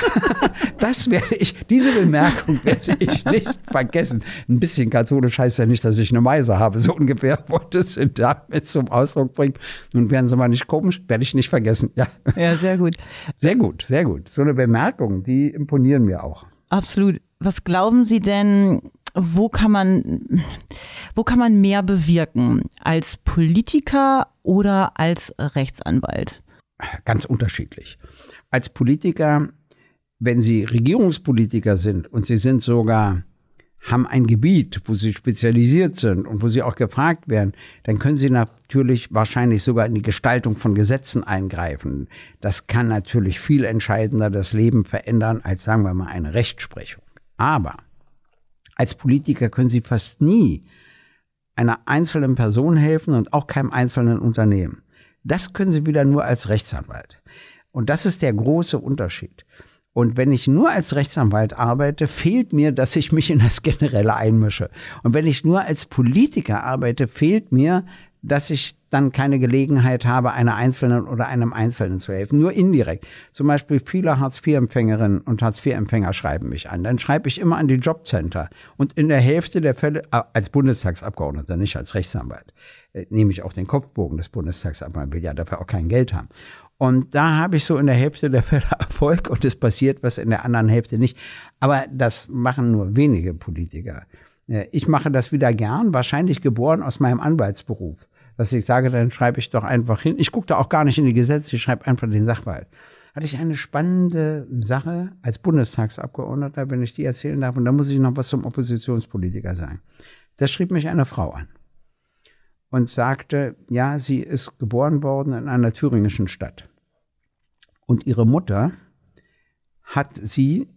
Das werde ich, diese Bemerkung werde ich nicht vergessen. Ein bisschen katholisch heißt ja nicht, dass ich eine Meise habe. So ungefähr wollte sie damit zum Ausdruck bringen. Nun werden Sie mal nicht komisch, werde ich nicht vergessen. Ja, ja, sehr gut. Sehr gut, sehr gut. So eine Bemerkung, die imponieren mir auch. Absolut. Was glauben Sie denn, wo kann man, wo kann man mehr bewirken? Als Politiker oder als Rechtsanwalt? Ganz unterschiedlich. Als Politiker, wenn Sie Regierungspolitiker sind und Sie sind sogar, haben ein Gebiet, wo Sie spezialisiert sind und wo Sie auch gefragt werden, dann können Sie natürlich wahrscheinlich sogar in die Gestaltung von Gesetzen eingreifen. Das kann natürlich viel entscheidender das Leben verändern als, sagen wir mal, eine Rechtsprechung. Aber als Politiker können Sie fast nie einer einzelnen Person helfen und auch keinem einzelnen Unternehmen. Das können Sie wieder nur als Rechtsanwalt. Und das ist der große Unterschied. Und wenn ich nur als Rechtsanwalt arbeite, fehlt mir, dass ich mich in das Generelle einmische. Und wenn ich nur als Politiker arbeite, fehlt mir, dass ich dann keine Gelegenheit habe, einer Einzelnen oder einem Einzelnen zu helfen. Nur indirekt. Zum Beispiel viele Hartz vier Empfängerinnen und Hartz vier Empfänger schreiben mich an. Dann schreibe ich immer an die Jobcenter. Und in der Hälfte der Fälle, als Bundestagsabgeordneter, nicht als Rechtsanwalt, nehme ich auch den Kopfbogen des Bundestagsabgeordneten, will ja dafür auch kein Geld haben. Und da habe ich so in der Hälfte der Fälle Erfolg und es passiert was in der anderen Hälfte nicht. Aber das machen nur wenige Politiker. Ich mache das wieder gern, wahrscheinlich geboren aus meinem Anwaltsberuf. Dass ich sage, dann schreibe ich doch einfach hin. Ich gucke da auch gar nicht in die Gesetze, ich schreibe einfach den Sachverhalt. Hatte ich eine spannende Sache als Bundestagsabgeordneter, wenn ich die erzählen darf. Und da muss ich noch was zum Oppositionspolitiker sagen. Da schrieb mich eine Frau an und sagte, ja, sie ist geboren worden in einer thüringischen Stadt. Und ihre Mutter hat sie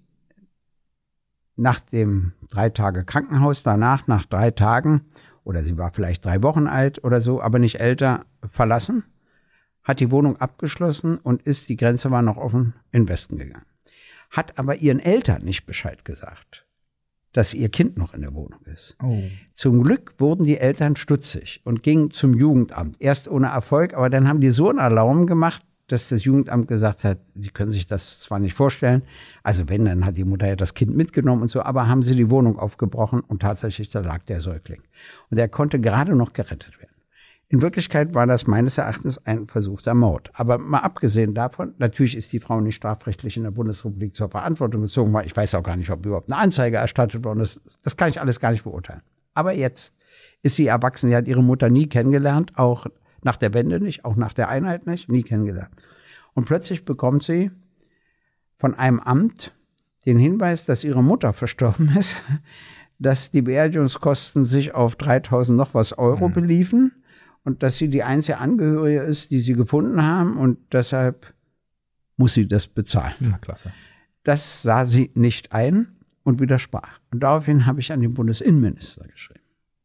nach dem drei Tage Krankenhaus, danach nach drei Tagen, oder sie war vielleicht drei Wochen alt oder so, aber nicht älter, verlassen, hat die Wohnung abgeschlossen und ist, die Grenze war noch offen, in den Westen gegangen. Hat aber ihren Eltern nicht Bescheid gesagt, dass ihr Kind noch in der Wohnung ist. Oh. Zum Glück wurden die Eltern stutzig und gingen zum Jugendamt. Erst ohne Erfolg, aber dann haben die so einen Alarm gemacht, dass das Jugendamt gesagt hat, sie können sich das zwar nicht vorstellen, also wenn, dann hat die Mutter ja das Kind mitgenommen und so, aber haben sie die Wohnung aufgebrochen und tatsächlich, da lag der Säugling. Und er konnte gerade noch gerettet werden. In Wirklichkeit war das meines Erachtens ein versuchter Mord. Aber mal abgesehen davon, natürlich ist die Frau nicht strafrechtlich in der Bundesrepublik zur Verantwortung gezogen worden. Ich weiß auch gar nicht, ob überhaupt eine Anzeige erstattet worden ist. Das kann ich alles gar nicht beurteilen. Aber jetzt ist sie erwachsen. Sie hat ihre Mutter nie kennengelernt, auch nach der Wende nicht, auch nach der Einheit nicht, nie kennengelernt. Und plötzlich bekommt sie von einem Amt den Hinweis, dass ihre Mutter verstorben ist, dass die Beerdigungskosten sich auf dreitausend noch was Euro mhm. beliefen und dass sie die einzige Angehörige ist, die sie gefunden haben und deshalb muss sie das bezahlen. Na, klasse. Das sah sie nicht ein und widersprach. Und daraufhin habe ich an den Bundesinnenminister geschrieben.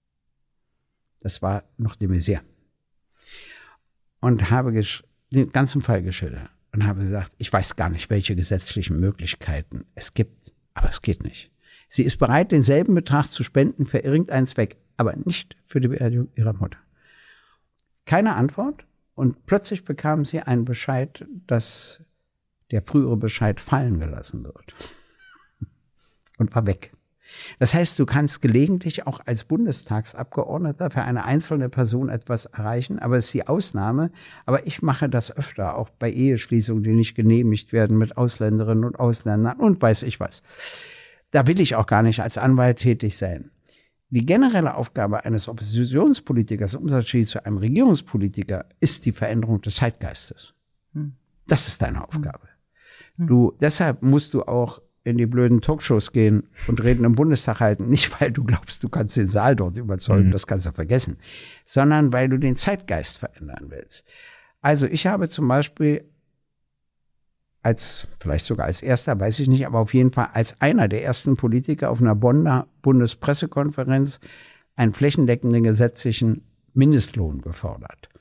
Das war noch de Maizière. Und habe den ganzen Fall geschildert und habe gesagt, ich weiß gar nicht, welche gesetzlichen Möglichkeiten es gibt, aber es geht nicht. Sie ist bereit, denselben Betrag zu spenden für irgendeinen Zweck, aber nicht für die Beerdigung ihrer Mutter. Keine Antwort und plötzlich bekam sie einen Bescheid, dass der frühere Bescheid fallen gelassen wird und war weg. Das heißt, du kannst gelegentlich auch als Bundestagsabgeordneter für eine einzelne Person etwas erreichen, aber es ist die Ausnahme. Aber ich mache das öfter, auch bei Eheschließungen, die nicht genehmigt werden mit Ausländerinnen und Ausländern und weiß ich was. Da will ich auch gar nicht als Anwalt tätig sein. Die generelle Aufgabe eines Oppositionspolitikers im Unterschied zu einem Regierungspolitiker ist die Veränderung des Zeitgeistes. Das ist deine Aufgabe. Du, deshalb musst du auch in die blöden Talkshows gehen und Reden im Bundestag halten. Nicht, weil du glaubst, du kannst den Saal dort überzeugen, mhm. das kannst du vergessen, sondern weil du den Zeitgeist verändern willst. Also ich habe zum Beispiel als, vielleicht sogar als erster, weiß ich nicht, aber auf jeden Fall als einer der ersten Politiker auf einer Bonner Bundespressekonferenz einen flächendeckenden gesetzlichen Mindestlohn gefordert.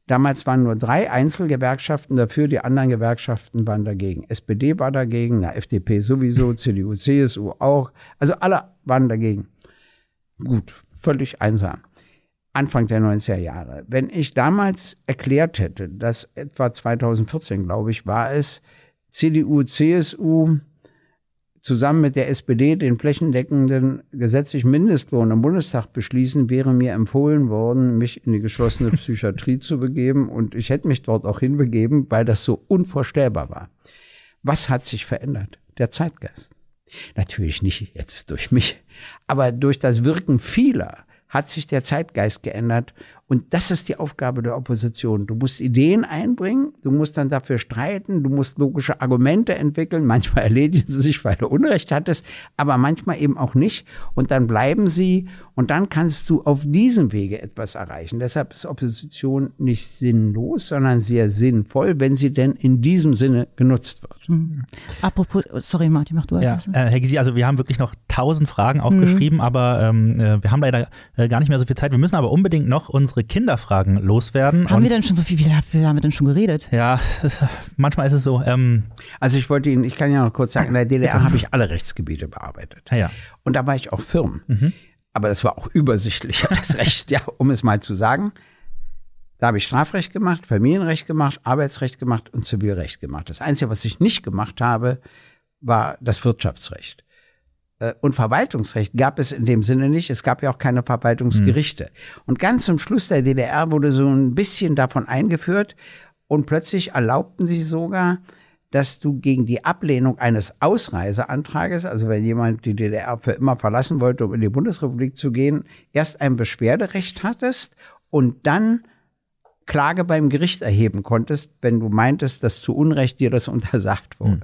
Damals waren nur drei Einzelgewerkschaften dafür, die anderen Gewerkschaften waren dagegen. S P D war dagegen, na, F D P sowieso, C D U, C S U auch. Also alle waren dagegen. Gut, völlig einsam. Anfang der neunziger Jahre. Wenn ich damals erklärt hätte, dass etwa zweitausendvierzehn, glaube ich, war es, C D U, C S U zusammen mit der S P D den flächendeckenden gesetzlichen Mindestlohn im Bundestag beschließen, wäre mir empfohlen worden, mich in die geschlossene Psychiatrie zu begeben. Und ich hätte mich dort auch hinbegeben, weil das so unvorstellbar war. Was hat sich verändert? Der Zeitgeist. Natürlich nicht jetzt durch mich, aber durch das Wirken vieler hat sich der Zeitgeist geändert. Und das ist die Aufgabe der Opposition. Du musst Ideen einbringen, du musst dann dafür streiten, du musst logische Argumente entwickeln. Manchmal erledigen sie sich, weil du Unrecht hattest, aber manchmal eben auch nicht. Und dann bleiben sie und dann kannst du auf diesem Wege etwas erreichen. Deshalb ist Opposition nicht sinnlos, sondern sehr sinnvoll, wenn sie denn in diesem Sinne genutzt wird. Mhm. Apropos, sorry Martin, mach du ja, etwas. äh, Herr Gysi, also wir haben wirklich noch tausend Fragen aufgeschrieben, mhm. aber ähm, wir haben leider äh, gar nicht mehr so viel Zeit. Wir müssen aber unbedingt noch unsere Kinderfragen loswerden. Haben und wir denn schon so viel, wie viel haben wir denn schon geredet? Ja, das, manchmal ist es so. Ähm, also ich wollte Ihnen, ich kann ja noch kurz sagen, in der D D R habe ich alle Rechtsgebiete bearbeitet. ja, ja. Und da war ich auch firm. Mhm. Aber das war auch übersichtlich, das Recht, ja, um es mal zu sagen. Da habe ich Strafrecht gemacht, Familienrecht gemacht, Arbeitsrecht gemacht und Zivilrecht gemacht. Das Einzige, was ich nicht gemacht habe, war das Wirtschaftsrecht. Und Verwaltungsrecht gab es in dem Sinne nicht. Es gab ja auch keine Verwaltungsgerichte. Mhm. Und ganz zum Schluss der D D R wurde so ein bisschen davon eingeführt. Und plötzlich erlaubten sie sogar, dass du gegen die Ablehnung eines Ausreiseantrages, also wenn jemand die D D R für immer verlassen wollte, um in die Bundesrepublik zu gehen, erst ein Beschwerderecht hattest und dann Klage beim Gericht erheben konntest, wenn du meintest, dass zu Unrecht dir das untersagt wurde. Mhm.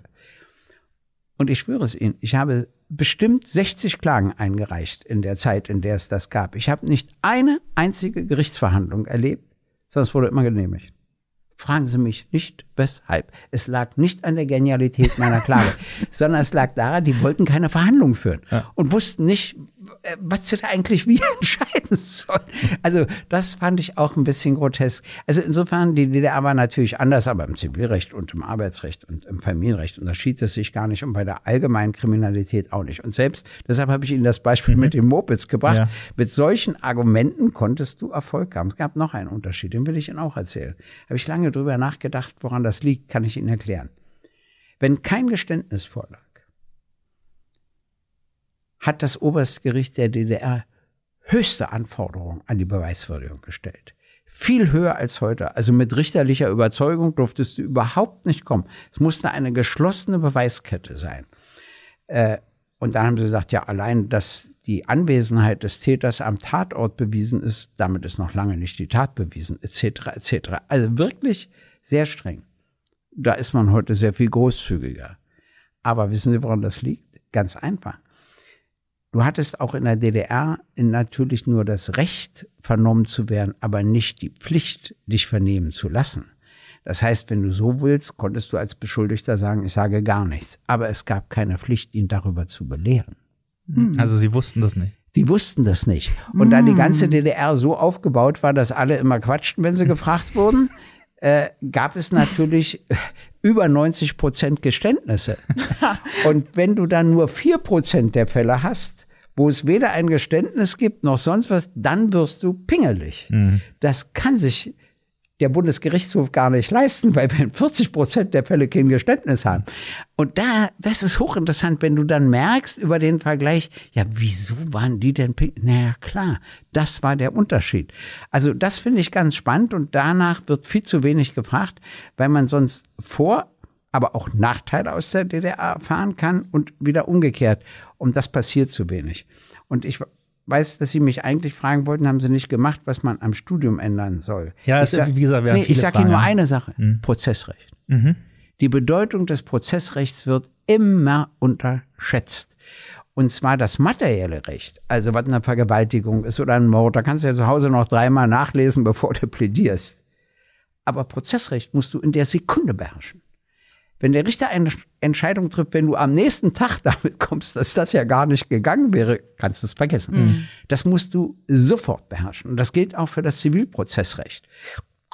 Und ich schwöre es Ihnen, ich habe bestimmt sechzig Klagen eingereicht in der Zeit, in der es das gab. Ich habe nicht eine einzige Gerichtsverhandlung erlebt, sondern es wurde immer genehmigt. Fragen Sie mich nicht, weshalb. Es lag nicht an der Genialität meiner Klage, sondern es lag daran, die wollten keine Verhandlungen führen ja. und wussten nicht, was sie da eigentlich wie entscheiden sollen. Also das fand ich auch ein bisschen grotesk. Also insofern, die D D R war natürlich anders, aber im Zivilrecht und im Arbeitsrecht und im Familienrecht unterschied es sich gar nicht und bei der allgemeinen Kriminalität auch nicht. Und selbst, deshalb habe ich Ihnen das Beispiel mhm. mit den Mopeds gebracht, ja. mit solchen Argumenten konntest du Erfolg haben. Es gab noch einen Unterschied, den will ich Ihnen auch erzählen. Habe ich lange drüber nachgedacht, woran das liegt, kann ich Ihnen erklären. Wenn kein Geständnis vorlag, hat das oberste Gericht der D D R höchste Anforderungen an die Beweiswürdigung gestellt. Viel höher als heute. Also mit richterlicher Überzeugung durftest du überhaupt nicht kommen. Es musste eine geschlossene Beweiskette sein. Äh, und dann haben sie gesagt, ja, allein, dass die Anwesenheit des Täters am Tatort bewiesen ist, damit ist noch lange nicht die Tat bewiesen, et cetera, et cetera. Also wirklich sehr streng. Da ist man heute sehr viel großzügiger. Aber wissen Sie, woran das liegt? Ganz einfach. Du hattest auch in der D D R natürlich nur das Recht, vernommen zu werden, aber nicht die Pflicht, dich vernehmen zu lassen. Das heißt, wenn du so willst, konntest du als Beschuldigter sagen, ich sage gar nichts. Aber es gab keine Pflicht, ihn darüber zu belehren. Also sie wussten das nicht. Die wussten das nicht. Und da die ganze D D R so aufgebaut war, dass alle immer quatschten, wenn sie gefragt wurden, äh, gab es natürlich über neunzig Prozent Geständnisse. Und wenn du dann nur vier Prozent der Fälle hast, wo es weder ein Geständnis gibt noch sonst was, dann wirst du pingelig. Mhm. Das kann sich der Bundesgerichtshof gar nicht leisten, weil wir in vierzig Prozent der Fälle kein Geständnis haben. Und da, das ist hochinteressant, wenn du dann merkst über den Vergleich, ja, wieso waren die denn pingelig? Naja, klar, das war der Unterschied. Also das finde ich ganz spannend und danach wird viel zu wenig gefragt, weil man sonst vor, aber auch Nachteile aus der D D R erfahren kann und wieder umgekehrt. Und das passiert zu wenig. Und ich weiß, dass Sie mich eigentlich fragen wollten, haben Sie nicht gemacht, was man am Studium ändern soll. Ja, ich sag, wie gesagt, wir haben nee, ich sage Ihnen nur eine Sache, mhm. Prozessrecht. Mhm. Die Bedeutung des Prozessrechts wird immer unterschätzt. Und zwar das materielle Recht, also was eine Vergewaltigung ist oder ein Mord, da kannst du ja zu Hause noch dreimal nachlesen, bevor du plädierst. Aber Prozessrecht musst du in der Sekunde beherrschen. Wenn der Richter eine Entscheidung trifft, wenn du am nächsten Tag damit kommst, dass das ja gar nicht gegangen wäre, kannst du es vergessen. Mhm. Das musst du sofort beherrschen. Und das gilt auch für das Zivilprozessrecht.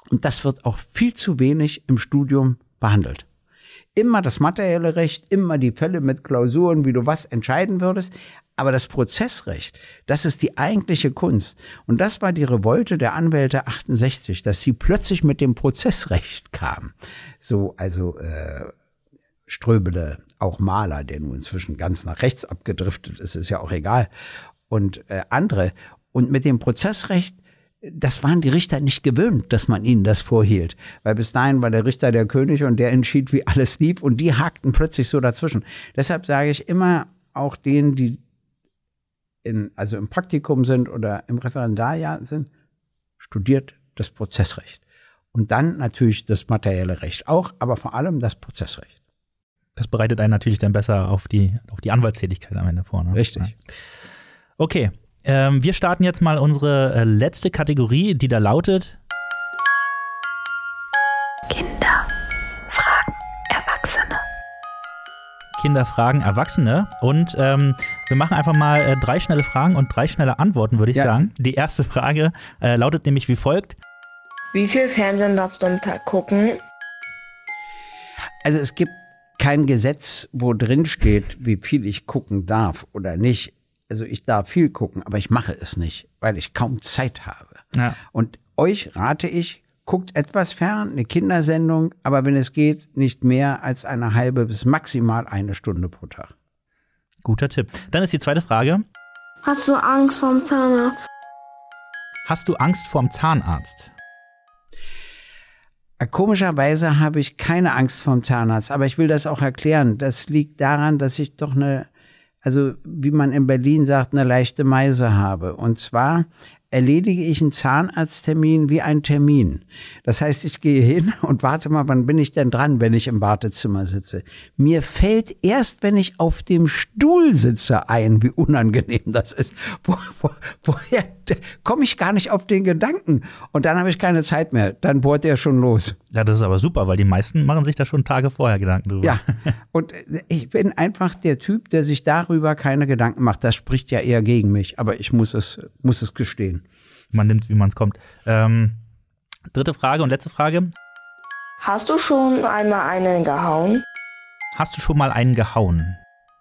Und das wird auch viel zu wenig im Studium behandelt. Immer das materielle Recht, immer die Fälle mit Klausuren, wie du was entscheiden würdest. Aber das Prozessrecht, das ist die eigentliche Kunst. Und das war die Revolte der Anwälte achtundsechzig, dass sie plötzlich mit dem Prozessrecht kamen. So, also äh, Ströbele, auch Mahler, der nun inzwischen ganz nach rechts abgedriftet ist, ist ja auch egal. Und äh, andere. Und mit dem Prozessrecht, das waren die Richter nicht gewöhnt, dass man ihnen das vorhielt. Weil bis dahin war der Richter der König und der entschied, wie alles lief. Und die hakten plötzlich so dazwischen. Deshalb sage ich immer auch denen, die in, also im Praktikum sind oder im Referendariat sind, studiert das Prozessrecht. Und dann natürlich das materielle Recht auch, aber vor allem das Prozessrecht. Das bereitet einen natürlich dann besser auf die, auf die Anwaltstätigkeit am Ende vor. Ne? Richtig. Ja. Okay. Ähm, wir starten jetzt mal unsere äh, letzte Kategorie, die da lautet Kinder fragen Erwachsene. Kinder fragen Erwachsene. Und ähm, wir machen einfach mal äh, drei schnelle Fragen und drei schnelle Antworten, würde ich ja. sagen. Die erste Frage äh, lautet nämlich wie folgt. Wie viel Fernsehen darfst du am Tag gucken? Also es gibt kein Gesetz, wo drin steht, wie viel ich gucken darf oder nicht. Also ich darf viel gucken, aber ich mache es nicht, weil ich kaum Zeit habe. Ja. Und euch rate ich, guckt etwas fern, eine Kindersendung, aber wenn es geht, nicht mehr als eine halbe bis maximal eine Stunde pro Tag. Guter Tipp. Dann ist die zweite Frage. Hast du Angst vorm Zahnarzt? Hast du Angst vorm Zahnarzt? Komischerweise habe ich keine Angst vorm Zahnarzt, aber ich will das auch erklären. Das liegt daran, dass ich doch eine, also wie man in Berlin sagt, eine leichte Meise habe. Und zwar erledige ich einen Zahnarzttermin wie einen Termin. Das heißt, ich gehe hin und warte mal, wann bin ich denn dran, wenn ich im Wartezimmer sitze. Mir fällt erst, wenn ich auf dem Stuhl sitze, ein, wie unangenehm das ist. Wo, wo, woher komme ich gar nicht auf den Gedanken? Und dann habe ich keine Zeit mehr. Dann bohrt er schon los. Ja, das ist aber super, weil die meisten machen sich da schon Tage vorher Gedanken drüber. Ja, und ich bin einfach der Typ, der sich darüber keine Gedanken macht. Das spricht ja eher gegen mich, aber ich muss es, muss es gestehen. Man nimmt es, wie man es kommt. Ähm, dritte Frage und letzte Frage. Hast du schon einmal einen gehauen? Hast du schon mal einen gehauen?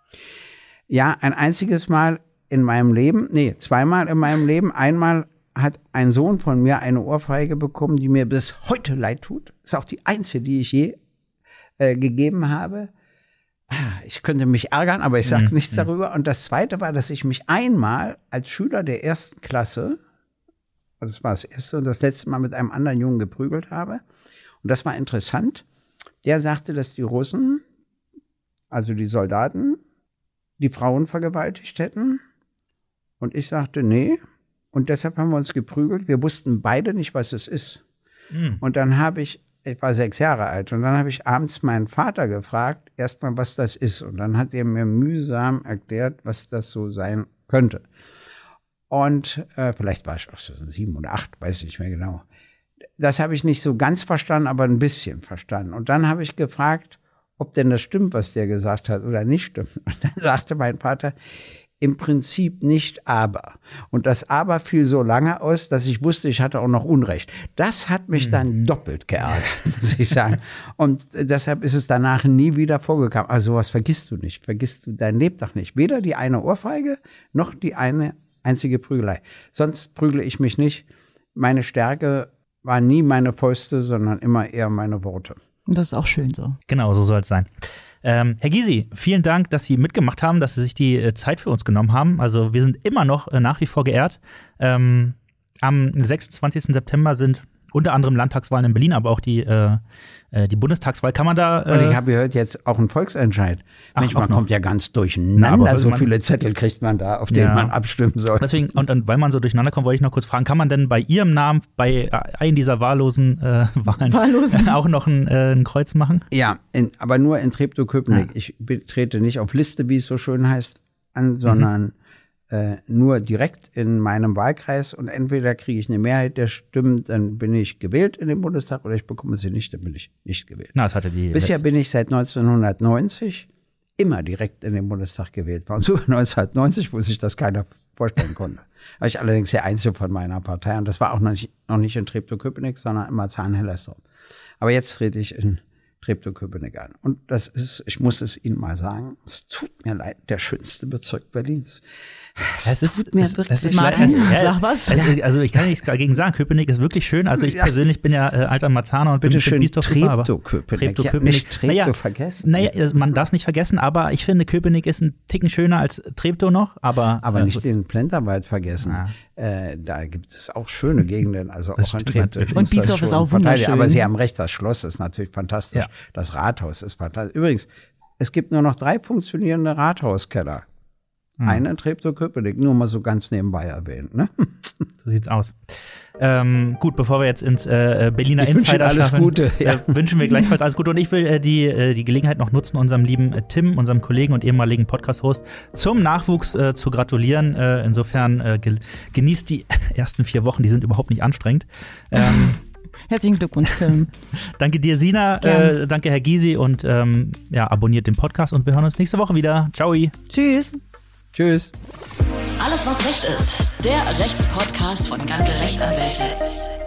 Ja, ein einziges Mal in meinem Leben, nee, zweimal in meinem Leben. Einmal hat ein Sohn von mir eine Ohrfeige bekommen, die mir bis heute leid tut. Ist auch die einzige, die ich je äh, gegeben habe. Ich könnte mich ärgern, aber ich sage mhm. nichts darüber. Und das Zweite war, dass ich mich einmal als Schüler der ersten Klasse, das war das erste und das letzte Mal mit einem anderen Jungen geprügelt habe. Und das war interessant. Der sagte, dass die Russen, also die Soldaten, die Frauen vergewaltigt hätten. Und ich sagte, nee. Und deshalb haben wir uns geprügelt. Wir wussten beide nicht, was es ist. Mhm. Und dann habe ich Ich war sechs Jahre alt und dann habe ich abends meinen Vater gefragt, erstmal, was das ist. Und dann hat er mir mühsam erklärt, was das so sein könnte. Und äh, vielleicht war ich auch so sieben oder acht, weiß ich nicht mehr genau. Das habe ich nicht so ganz verstanden, aber ein bisschen verstanden. Und dann habe ich gefragt, ob denn das stimmt, was der gesagt hat oder nicht stimmt. Und dann sagte mein Vater, im Prinzip nicht aber. Und das aber fiel so lange aus, dass ich wusste, ich hatte auch noch Unrecht. Das hat mich dann doppelt geärgert, muss ich sagen. Und deshalb ist es danach nie wieder vorgekommen. Also sowas vergisst du nicht. Vergisst du dein Lebtag nicht. Weder die eine Ohrfeige, noch die eine einzige Prügelei. Sonst prügle ich mich nicht. Meine Stärke war nie meine Fäuste, sondern immer eher meine Worte. Und das ist auch schön so. Genau, so soll es sein. Ähm, Herr Gysi, vielen Dank, dass Sie mitgemacht haben, dass Sie sich die äh, Zeit für uns genommen haben. Also wir sind immer noch äh, nach wie vor geehrt. Ähm, am sechsundzwanzigsten September sind unter anderem Landtagswahlen in Berlin, aber auch die, äh, äh, die Bundestagswahl. Kann man da äh, Und ich habe gehört jetzt auch einen Volksentscheid. Ach, Manchmal auch noch. kommt ja ganz durcheinander, Na, so man, viele Zettel kriegt man da, auf denen ja. man abstimmen soll. Deswegen, und, und weil man so durcheinander kommt, wollte ich noch kurz fragen, kann man denn bei Ihrem Namen bei einem dieser wahllosen äh, Wahlen Wahllosen. auch noch ein, äh, ein Kreuz machen? Ja, in, aber nur in Treptow-Köpenick. Ja. Ich trete nicht auf Liste, wie es so schön heißt, an, sondern mhm. äh, nur direkt in meinem Wahlkreis. Und entweder kriege ich eine Mehrheit der Stimmen, dann bin ich gewählt in den Bundestag, oder ich bekomme sie nicht, dann bin ich nicht gewählt. Na, das hatte die Bisher letzte. bin ich seit neunzehnhundertneunzig immer direkt in den Bundestag gewählt worden. So neunzehnhundertneunzig, wo sich das keiner vorstellen konnte. War ich allerdings der Einzige von meiner Partei. Und das war auch noch nicht, noch nicht in Treptow-Köpenick, sondern in Marzahn-Hellersdorf. Aber jetzt trete ich in Treptow-Köpenick an. Und das ist, ich muss es Ihnen mal sagen, es tut mir leid, der schönste Bezirk Berlins. Es, es tut mir es, wirklich es ist Martin, es, sag was. Es, also ich kann nichts dagegen sagen, Köpenick ist wirklich schön. Also ich ja. persönlich bin ja äh, alter Marzahner und Bitte bin schön, Treptow-Köpenick. Treptow-Köpenick. Nicht Treptow naja, vergessen. Naja, man darf es nicht vergessen, aber ich finde, Köpenick ist ein Ticken schöner als Treptow noch. Aber, aber äh, nicht den Plenterwald vergessen. Ah. Äh, da gibt es auch schöne Gegenden, also das auch in Treptow. Und Biesdorf ist auch wunderschön. Aber Sie haben recht, das Schloss ist natürlich fantastisch. Ja. Das Rathaus ist fantastisch. Übrigens, es gibt nur noch drei funktionierende Rathauskeller. Hm. Eine in Treptow-Köpenick, nur mal so ganz nebenbei erwähnt. Ne? So sieht's aus. Ähm, gut, bevor wir jetzt ins äh, Berliner ich Insider alles schaffen, Gute, ja. äh, wünschen wir gleichfalls alles Gute. Und ich will äh, die, äh, die Gelegenheit noch nutzen, unserem lieben äh, Tim, unserem Kollegen und ehemaligen Podcast-Host, zum Nachwuchs äh, zu gratulieren. Äh, insofern äh, ge- genießt die ersten vier Wochen, die sind überhaupt nicht anstrengend. Ähm, Herzlichen Glückwunsch, Tim. Danke dir, Sina. Äh, danke, Herr Gysi. Und ähm, ja, abonniert den Podcast und wir hören uns nächste Woche wieder. Ciao. Tschüss. Tschüss. Alles, was Recht ist. Der Rechtspodcast von Ganze Rechtsanwälte.